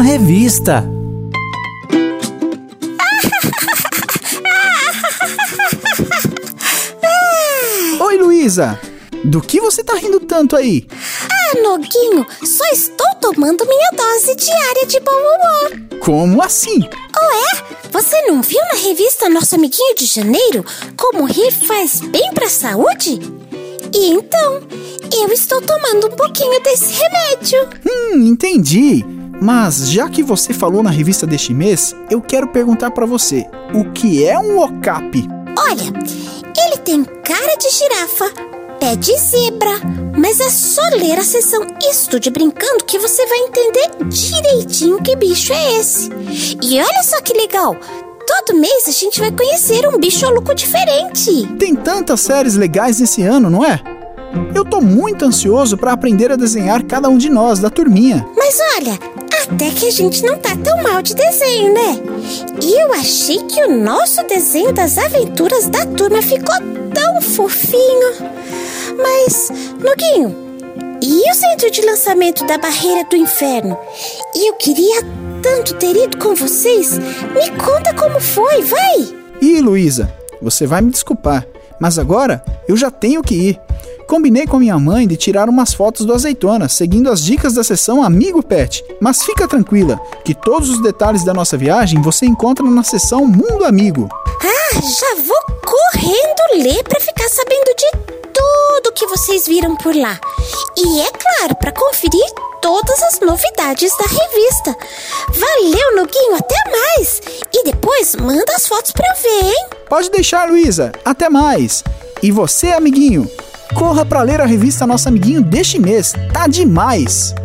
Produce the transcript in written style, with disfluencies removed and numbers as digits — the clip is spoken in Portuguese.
revista. Oi, Luísa! Do que você tá rindo tanto aí? Noguinho, só estou tomando minha dose diária de bom humor. Como assim? Você não viu na revista Nosso Amiguinho de Janeiro como rir faz bem pra saúde? E então, eu estou tomando um pouquinho desse remédio. Entendi. Mas já que você falou na revista deste mês, eu quero perguntar pra você, o que é um okapi? Olha, ele tem cara de girafa, pé de zebra, mas é só ler a seção Estude Brincando que você vai entender direitinho que bicho é esse. E olha só que legal, todo mês a gente vai conhecer um bicholuco diferente. Tem tantas séries legais esse ano, não é? Eu tô muito ansioso pra aprender a desenhar cada um de nós, da turminha. Mas olha, até que a gente não tá tão mal de desenho, né? E eu achei que o nosso desenho das aventuras da turma ficou tão fofinho. Mas, Noguinho, e o centro de lançamento da Barreira do Inferno? E eu queria tanto ter ido com vocês. Me conta como foi, vai! Ih, Luísa, você vai me desculpar, mas agora eu já tenho que ir. Combinei com minha mãe de tirar umas fotos do Azeitona, seguindo as dicas da seção Amigo Pet. Mas fica tranquila, que todos os detalhes da nossa viagem você encontra na seção Mundo Amigo. Já vou correndo ler para ficar sabendo de tudo que vocês viram por lá. E é claro, para conferir todas as novidades da revista. Valeu, Noguinho, até mais! E depois manda as fotos pra eu ver, hein? Pode deixar, Luísa, até mais! E você, amiguinho, corra para ler a revista Nosso Amiguinho deste mês, tá demais!